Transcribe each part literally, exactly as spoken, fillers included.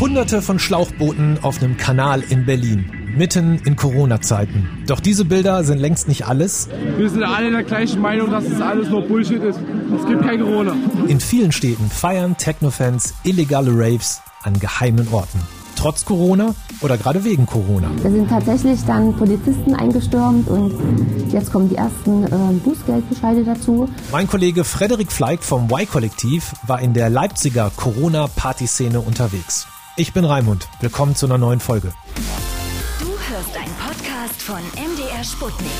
Hunderte von Schlauchbooten auf einem Kanal in Berlin, mitten in Corona-Zeiten. Doch diese Bilder sind längst nicht alles. Wir sind alle der gleichen Meinung, dass es alles nur Bullshit ist. Es gibt kein Corona. In vielen Städten feiern Techno-Fans illegale Raves an geheimen Orten. Trotz Corona oder gerade wegen Corona. Da sind tatsächlich dann Polizisten eingestürmt und jetzt kommen die ersten äh, Bußgeldbescheide dazu. Mein Kollege Frederik Fleig vom Y-Kollektiv war in der Leipziger Corona-Partyszene unterwegs. Ich bin Raimund. Willkommen zu einer neuen Folge. Du hörst einen Podcast von M D R Sputnik.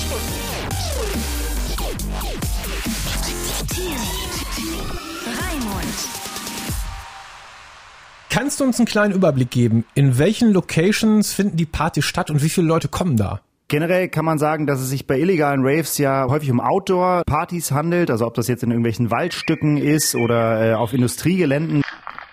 Raimund. Kannst du uns einen kleinen Überblick geben, in welchen Locations finden die Partys statt und wie viele Leute kommen da? Generell kann man sagen, dass es sich bei illegalen Raves ja häufig um Outdoor-Partys handelt, also ob das jetzt in irgendwelchen Waldstücken ist oder äh, auf Industriegeländen.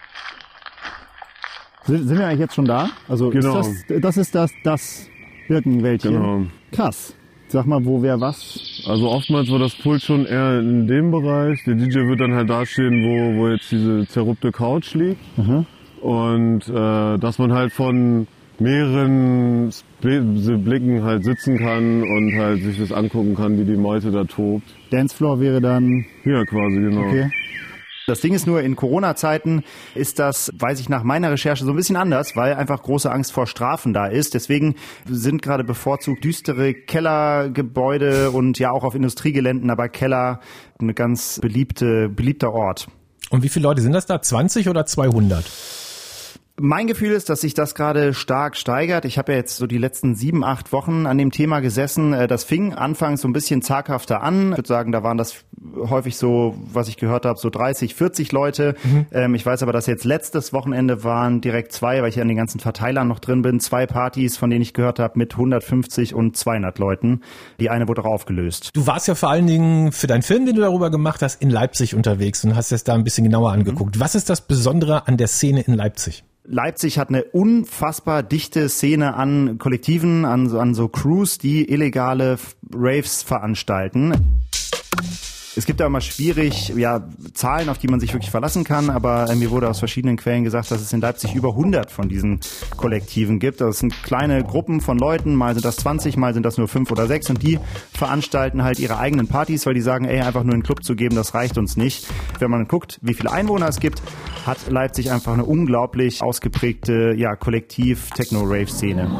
Sind, sind wir eigentlich jetzt schon da? Also genau. ist das, das ist das, das Birkenwäldchen. Genau. Krass. Sag mal, wo wer was? Also oftmals war das Pult schon eher in dem Bereich. Der D J wird dann halt dastehen, wo, wo jetzt diese zerrupfte Couch liegt. Mhm. Und äh, dass man halt von mehreren Blicken halt sitzen kann und halt sich das angucken kann, wie die Meute da tobt. Dancefloor wäre dann... Ja, quasi, genau. Okay. Das Ding ist nur, in Corona-Zeiten ist das, weiß ich nach meiner Recherche, so ein bisschen anders, weil einfach große Angst vor Strafen da ist. Deswegen sind gerade bevorzugt düstere Kellergebäude und ja auch auf Industriegeländen, aber Keller eine ganz beliebte, beliebter Ort. Und wie viele Leute sind das da? zwanzig oder zweihundert? Mein Gefühl ist, dass sich das gerade stark steigert. Ich habe ja jetzt so die letzten sieben, acht Wochen an dem Thema gesessen. Das fing anfangs so ein bisschen zaghafter an. Ich würde sagen, da waren das häufig so, was ich gehört habe, so dreißig, vierzig Leute. Mhm. Ähm, ich weiß aber, dass jetzt letztes Wochenende waren direkt zwei, weil ich an den ganzen Verteilern noch drin bin, zwei Partys, von denen ich gehört habe, mit hundertfünfzig und zweihundert Leuten. Die eine wurde auch aufgelöst. Du warst ja vor allen Dingen für deinen Film, den du darüber gemacht hast, in Leipzig unterwegs und hast es da ein bisschen genauer angeguckt. Mhm. Was ist das Besondere an der Szene in Leipzig? Leipzig hat eine unfassbar dichte Szene an Kollektiven, an, an so Crews, die illegale Raves veranstalten. Es gibt da immer schwierig, ja, Zahlen, auf die man sich wirklich verlassen kann, aber äh, mir wurde aus verschiedenen Quellen gesagt, dass es in Leipzig über hundert von diesen Kollektiven gibt. Das sind kleine Gruppen von Leuten, mal sind das zwanzig, mal sind das nur fünf oder sechs und die veranstalten halt ihre eigenen Partys, weil die sagen, ey, einfach nur einen Club zu geben, das reicht uns nicht. Wenn man guckt, wie viele Einwohner es gibt, hat Leipzig einfach eine unglaublich ausgeprägte, ja, Kollektiv-Techno-Rave-Szene.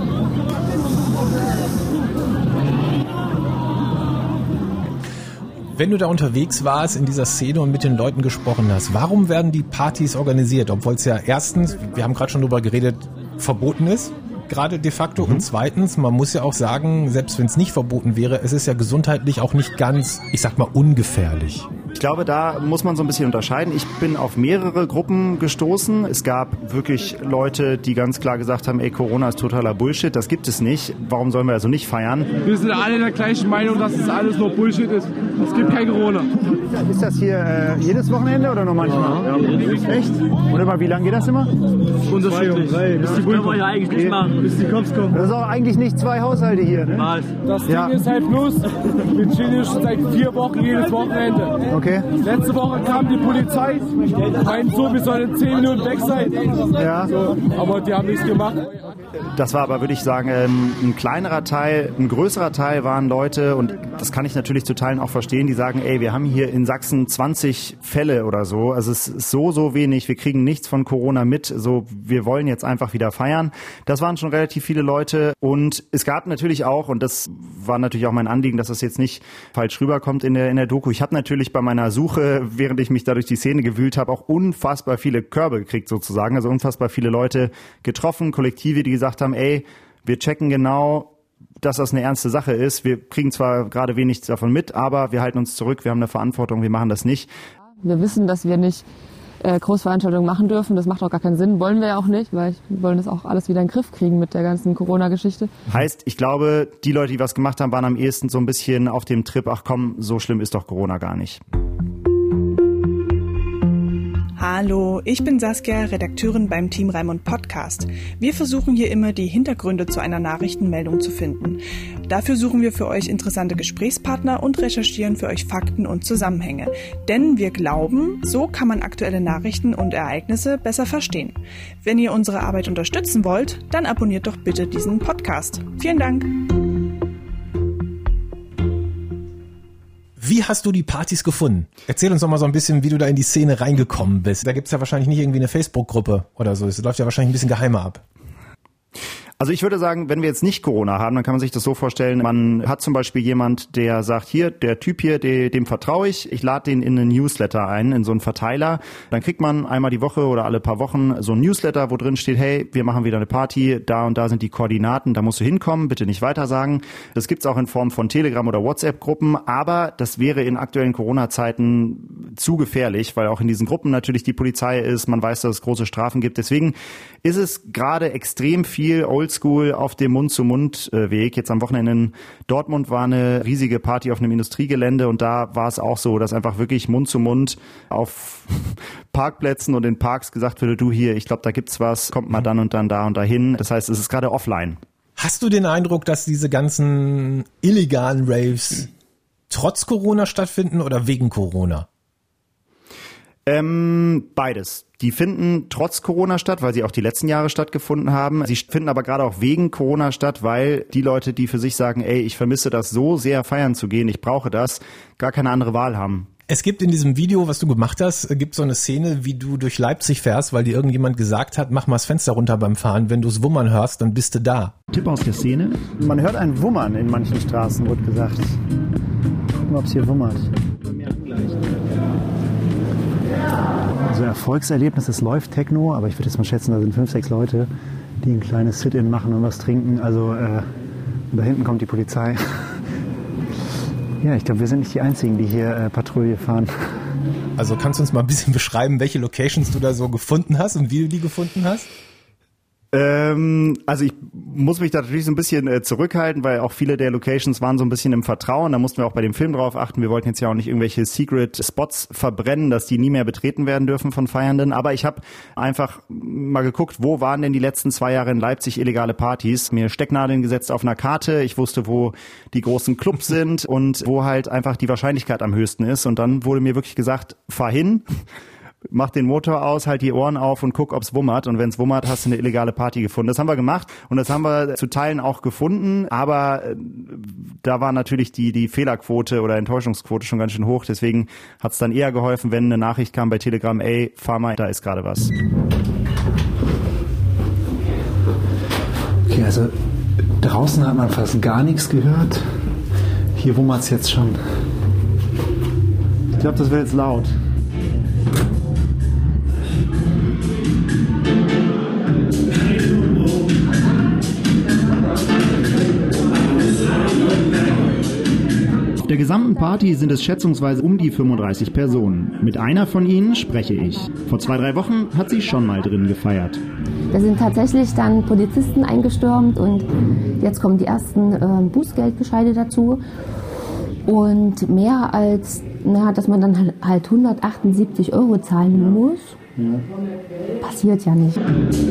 Wenn du da unterwegs warst in dieser Szene und mit den Leuten gesprochen hast, warum werden die Partys organisiert? Obwohl es ja erstens, wir haben gerade schon drüber geredet, verboten ist, gerade de facto. Mhm. Und zweitens, man muss ja auch sagen, selbst wenn es nicht verboten wäre, es ist ja gesundheitlich auch nicht ganz, ich sag mal, ungefährlich. Ich glaube, da muss man so ein bisschen unterscheiden. Ich bin auf mehrere Gruppen gestoßen. Es gab wirklich Leute, die ganz klar gesagt haben, ey, Corona ist totaler Bullshit, das gibt es nicht. Warum sollen wir also nicht feiern? Wir sind alle der gleichen Meinung, dass es alles nur Bullshit ist. Es gibt kein Corona. Ist das hier äh, jedes Wochenende oder noch manchmal? Ja. Echt? Und immer, wie lange geht das immer? Unterschiedlich. Zwei, bis die Bullen ja eigentlich nicht machen. Bis die Cops kommen. Das ist auch eigentlich nicht zwei Haushalte hier, ne? Was? Das Ding ja. ist halt bloß, wir chillen hier schon seit vier Wochen jedes Wochenende. Okay. Letzte Woche kam die Polizei, meinten so, wir sollen in zehn Minuten weg sein. Ja. So, aber die haben nichts gemacht. Das war aber, würde ich sagen, ein kleinerer Teil, ein größerer Teil waren Leute, und das kann ich natürlich zu Teilen auch verstehen, die sagen, ey, wir haben hier in Sachsen zwanzig Fälle oder so, also es ist so, so wenig, wir kriegen nichts von Corona mit, so, wir wollen jetzt einfach wieder feiern. Das waren schon relativ viele Leute, und es gab natürlich auch, und das war natürlich auch mein Anliegen, dass das jetzt nicht falsch rüberkommt in der, in der Doku, ich habe natürlich bei meiner Suche, während ich mich da durch die Szene gewühlt habe, auch unfassbar viele Körbe gekriegt sozusagen, also unfassbar viele Leute getroffen, Kollektive, die gesagt haben, ey, wir checken genau, dass das eine ernste Sache ist. Wir kriegen zwar gerade wenig davon mit, aber wir halten uns zurück, wir haben eine Verantwortung, wir machen das nicht. Wir wissen, dass wir nicht äh, Großveranstaltungen machen dürfen. Das macht auch gar keinen Sinn. Wollen wir ja auch nicht, weil wir wollen das auch alles wieder in den Griff kriegen mit der ganzen Corona-Geschichte. Heißt, ich glaube, die Leute, die was gemacht haben, waren am ehesten so ein bisschen auf dem Trip, ach komm, so schlimm ist doch Corona gar nicht. Hallo, ich bin Saskia, Redakteurin beim Team Raimund Podcast. Wir versuchen hier immer, die Hintergründe zu einer Nachrichtenmeldung zu finden. Dafür suchen wir für euch interessante Gesprächspartner und recherchieren für euch Fakten und Zusammenhänge. Denn wir glauben, so kann man aktuelle Nachrichten und Ereignisse besser verstehen. Wenn ihr unsere Arbeit unterstützen wollt, dann abonniert doch bitte diesen Podcast. Vielen Dank. Wie hast du die Partys gefunden? Erzähl uns doch mal so ein bisschen, wie du da in die Szene reingekommen bist. Da gibt's ja wahrscheinlich nicht irgendwie eine Facebook-Gruppe oder so. Es läuft ja wahrscheinlich ein bisschen geheimer ab. Also ich würde sagen, wenn wir jetzt nicht Corona haben, dann kann man sich das so vorstellen, man hat zum Beispiel jemand, der sagt, hier, der Typ hier, dem, dem vertraue ich, ich lade den in einen Newsletter ein, in so einen Verteiler. Dann kriegt man einmal die Woche oder alle paar Wochen so einen Newsletter, wo drin steht, hey, wir machen wieder eine Party, da und da sind die Koordinaten, da musst du hinkommen, bitte nicht weitersagen. Das gibt's auch in Form von Telegram- oder WhatsApp-Gruppen, aber das wäre in aktuellen Corona-Zeiten zu gefährlich, weil auch in diesen Gruppen natürlich die Polizei ist, man weiß, dass es große Strafen gibt. Deswegen ist es gerade extrem viel Oldschool auf dem Mund-zu-Mund-Weg. Jetzt am Wochenende in Dortmund war eine riesige Party auf einem Industriegelände und da war es auch so, dass einfach wirklich Mund-zu-Mund auf Parkplätzen und in Parks gesagt wurde, du hier, ich glaube, da gibt's was, kommt mal dann und dann da und dahin. Das heißt, es ist gerade offline. Hast du den Eindruck, dass diese ganzen illegalen Raves trotz Corona stattfinden oder wegen Corona? Ähm, beides. Die finden trotz Corona statt, weil sie auch die letzten Jahre stattgefunden haben. Sie finden aber gerade auch wegen Corona statt, weil die Leute, die für sich sagen, ey, ich vermisse das so sehr, feiern zu gehen, ich brauche das, gar keine andere Wahl haben. Es gibt in diesem Video, was du gemacht hast, gibt so eine Szene, wie du durch Leipzig fährst, weil dir irgendjemand gesagt hat, mach mal das Fenster runter beim Fahren, wenn du es wummern hörst, dann bist du da. Tipp aus der Szene. Man hört ein Wummern in manchen Straßen, wird gesagt. Gucken wir, ob es hier wummert. Also Erfolgserlebnis, es läuft Techno, aber ich würde jetzt mal schätzen, da sind fünf, sechs Leute, die ein kleines Sit-in machen und was trinken. Also äh, und da hinten kommt die Polizei. Ja, ich glaube, wir sind nicht die Einzigen, die hier äh, Patrouille fahren. Also kannst du uns mal ein bisschen beschreiben, welche Locations du da so gefunden hast und wie du die gefunden hast? Ähm, also ich muss mich da natürlich so ein bisschen äh, zurückhalten, weil auch viele der Locations waren so ein bisschen im Vertrauen. Da mussten wir auch bei dem Film drauf achten. Wir wollten jetzt ja auch nicht irgendwelche Secret Spots verbrennen, dass die nie mehr betreten werden dürfen von Feiernden. Aber ich habe einfach mal geguckt, wo waren denn die letzten zwei Jahre in Leipzig illegale Partys. Mir Stecknadeln gesetzt auf einer Karte. Ich wusste, wo die großen Clubs sind und wo halt einfach die Wahrscheinlichkeit am höchsten ist. Und dann wurde mir wirklich gesagt, fahr hin. Mach den Motor aus, halt die Ohren auf und guck, ob's wummert. Und wenn's wummert, hast du eine illegale Party gefunden. Das haben wir gemacht und das haben wir zu Teilen auch gefunden. Aber äh, da war natürlich die die Fehlerquote oder Enttäuschungsquote schon ganz schön hoch. Deswegen hat's dann eher geholfen, wenn eine Nachricht kam bei Telegram, ey, fahr mal, da ist gerade was. Okay, also draußen hat man fast gar nichts gehört. Hier wummert's jetzt schon. Ich glaube, das wird jetzt laut. Auf der gesamten Party sind es schätzungsweise um die fünfunddreißig Personen. Mit einer von ihnen spreche ich. Vor zwei, drei Wochen hat sie schon mal drin gefeiert. Da sind tatsächlich dann Polizisten eingestürmt und jetzt kommen die ersten äh, Bußgeldbescheide dazu. Und mehr als, na, dass man dann halt hundertachtundsiebzig Euro zahlen muss, ja. Passiert ja nicht.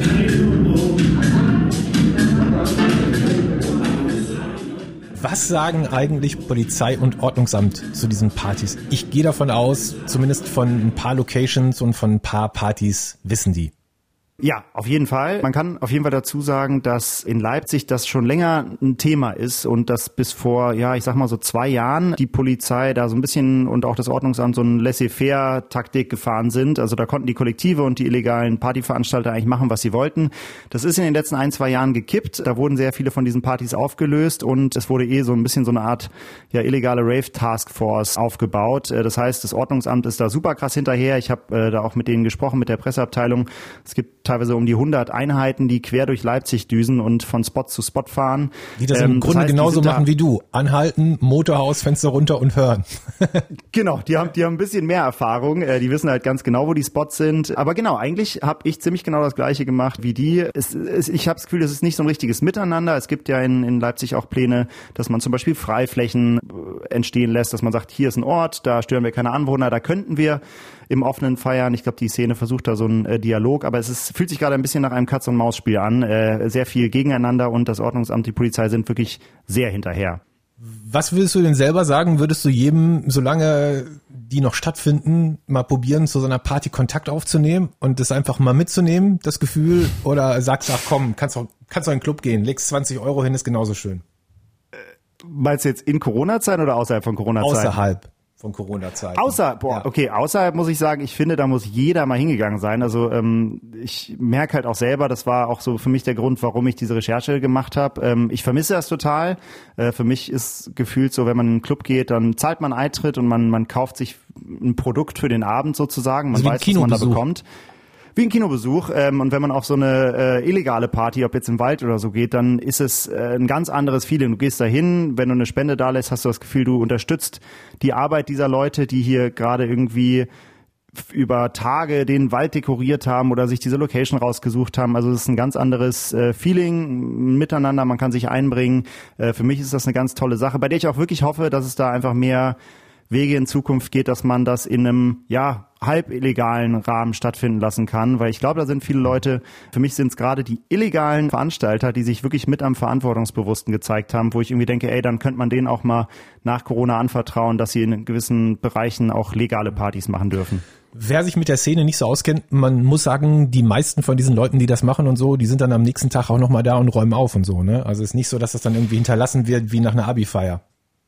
Was sagen eigentlich Polizei und Ordnungsamt zu diesen Partys? Ich gehe davon aus, zumindest von ein paar Locations und von ein paar Partys wissen die. Ja, auf jeden Fall. Man kann auf jeden Fall dazu sagen, dass in Leipzig das schon länger ein Thema ist und dass bis vor, ja, ich sag mal so zwei Jahren die Polizei da so ein bisschen und auch das Ordnungsamt so eine Laissez-faire-Taktik gefahren sind. Also da konnten die Kollektive und die illegalen Partyveranstalter eigentlich machen, was sie wollten. Das ist in den letzten ein, zwei Jahren gekippt. Da wurden sehr viele von diesen Partys aufgelöst und es wurde eh so ein bisschen so eine Art, ja, illegale Rave-Taskforce aufgebaut. Das heißt, das Ordnungsamt ist da super krass hinterher. Ich habe äh, da auch mit denen gesprochen, mit der Presseabteilung. Es gibt teilweise um die hundert Einheiten, die quer durch Leipzig düsen und von Spot zu Spot fahren. Die das im ähm, Grunde das heißt, genauso machen wie du. Anhalten, Motor aus, Fenster runter und hören. Genau, die haben die haben ein bisschen mehr Erfahrung. Äh, die wissen halt ganz genau, wo die Spots sind. Aber genau, eigentlich habe ich ziemlich genau das Gleiche gemacht wie die. Es, es, ich habe das Gefühl, es ist nicht so ein richtiges Miteinander. Es gibt ja in, in Leipzig auch Pläne, dass man zum Beispiel Freiflächen entstehen lässt, dass man sagt, hier ist ein Ort, da stören wir keine Anwohner, da könnten wir im offenen Feiern. Ich glaube, die Szene versucht da so einen äh, Dialog, aber es ist, fühlt sich gerade ein bisschen nach einem Katz-und-Maus-Spiel an. Äh, sehr viel gegeneinander und das Ordnungsamt, die Polizei sind wirklich sehr hinterher. Was würdest du denn selber sagen? Würdest du jedem, solange die noch stattfinden, mal probieren, zu so einer Party Kontakt aufzunehmen und das einfach mal mitzunehmen, das Gefühl? Oder sagst du, ach komm, kannst du kannst du in den Club gehen, legst zwanzig Euro hin, ist genauso schön? Meinst du jetzt in Corona-Zeiten oder außerhalb von Corona-Zeiten? Außerhalb von Corona-Zeiten. Außer, boah, ja. okay, außerhalb muss ich sagen, ich finde, da muss jeder mal hingegangen sein. Also ähm, ich merke halt auch selber, das war auch so für mich der Grund, warum ich diese Recherche gemacht habe. Ähm, ich vermisse das total. Äh, für mich ist gefühlt so, wenn man in einen Club geht, dann zahlt man Eintritt und man man kauft sich ein Produkt für den Abend sozusagen. Man also weiß, was man da bekommt. Wie ein Kinobesuch. Ähm, und wenn man auf so eine äh, illegale Party, ob jetzt im Wald oder so geht, dann ist es äh, ein ganz anderes Feeling. Du gehst da hin, wenn du eine Spende da lässt, hast du das Gefühl, du unterstützt die Arbeit dieser Leute, die hier gerade irgendwie über Tage den Wald dekoriert haben oder sich diese Location rausgesucht haben. Also es ist ein ganz anderes äh, Feeling miteinander. Man kann sich einbringen. Äh, für mich ist das eine ganz tolle Sache, bei der ich auch wirklich hoffe, dass es da einfach mehr Wege in Zukunft geht, dass man das in einem, ja, halb illegalen Rahmen stattfinden lassen kann, weil ich glaube, da sind viele Leute, für mich sind es gerade die illegalen Veranstalter, die sich wirklich mit am Verantwortungsbewussten gezeigt haben, wo ich irgendwie denke, ey, dann könnte man denen auch mal nach Corona anvertrauen, dass sie in gewissen Bereichen auch legale Partys machen dürfen. Wer sich mit der Szene nicht so auskennt, man muss sagen, die meisten von diesen Leuten, die das machen und so, die sind dann am nächsten Tag auch nochmal da und räumen auf und so, ne? Also es ist nicht so, dass das dann irgendwie hinterlassen wird wie nach einer Abi-Feier.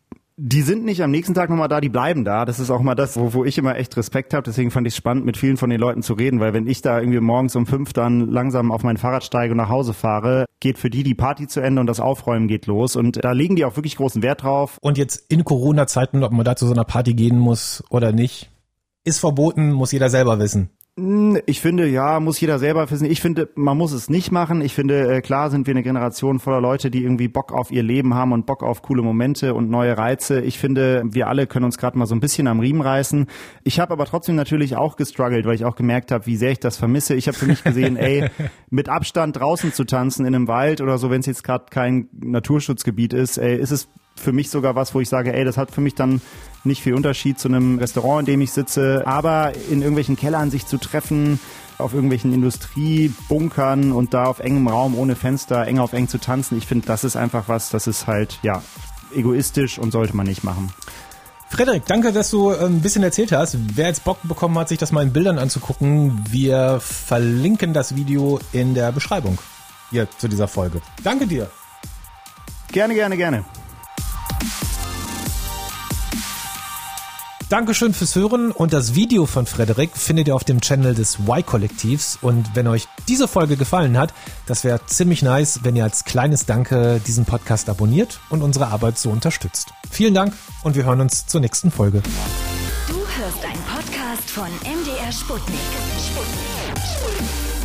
Die sind nicht am nächsten Tag nochmal da, die bleiben da. Das ist auch mal das, wo, wo ich immer echt Respekt habe. Deswegen fand ich es spannend, mit vielen von den Leuten zu reden, weil wenn ich da irgendwie morgens um fünf dann langsam auf mein Fahrrad steige und nach Hause fahre, geht für die die Party zu Ende und das Aufräumen geht los. Und da legen die auch wirklich großen Wert drauf. Und jetzt in Corona-Zeiten, ob man da zu so einer Party gehen muss oder nicht, ist verboten, muss jeder selber wissen. Ich finde, ja, muss jeder selber wissen. Ich finde, man muss es nicht machen. Ich finde, klar sind wir eine Generation voller Leute, die irgendwie Bock auf ihr Leben haben und Bock auf coole Momente und neue Reize. Ich finde, wir alle können uns gerade mal so ein bisschen am Riemen reißen. Ich habe aber trotzdem natürlich auch gestruggelt, weil ich auch gemerkt habe, wie sehr ich das vermisse. Ich habe für mich gesehen, ey, mit Abstand draußen zu tanzen in einem Wald oder so, wenn es jetzt gerade kein Naturschutzgebiet ist, ey, ist es für mich sogar was, wo ich sage, ey, das hat für mich dann nicht viel Unterschied zu einem Restaurant, in dem ich sitze, aber in irgendwelchen Kellern sich zu treffen, auf irgendwelchen Industriebunkern und da auf engem Raum ohne Fenster eng auf eng zu tanzen, ich finde, das ist einfach was, das ist halt, ja, egoistisch und sollte man nicht machen. Frederik, danke, dass du ein bisschen erzählt hast. Wer jetzt Bock bekommen hat, sich das mal in Bildern anzugucken, wir verlinken das Video in der Beschreibung hier zu dieser Folge. Danke dir. Gerne, gerne, gerne. Dankeschön fürs Hören und das Video von Frederik findet ihr auf dem Channel des Y-Kollektivs und wenn euch diese Folge gefallen hat, das wäre ziemlich nice, wenn ihr als kleines Danke diesen Podcast abonniert und unsere Arbeit so unterstützt. Vielen Dank und wir hören uns zur nächsten Folge. Du hörst einen Podcast von M D R Sputnik. Sputnik. Sputnik.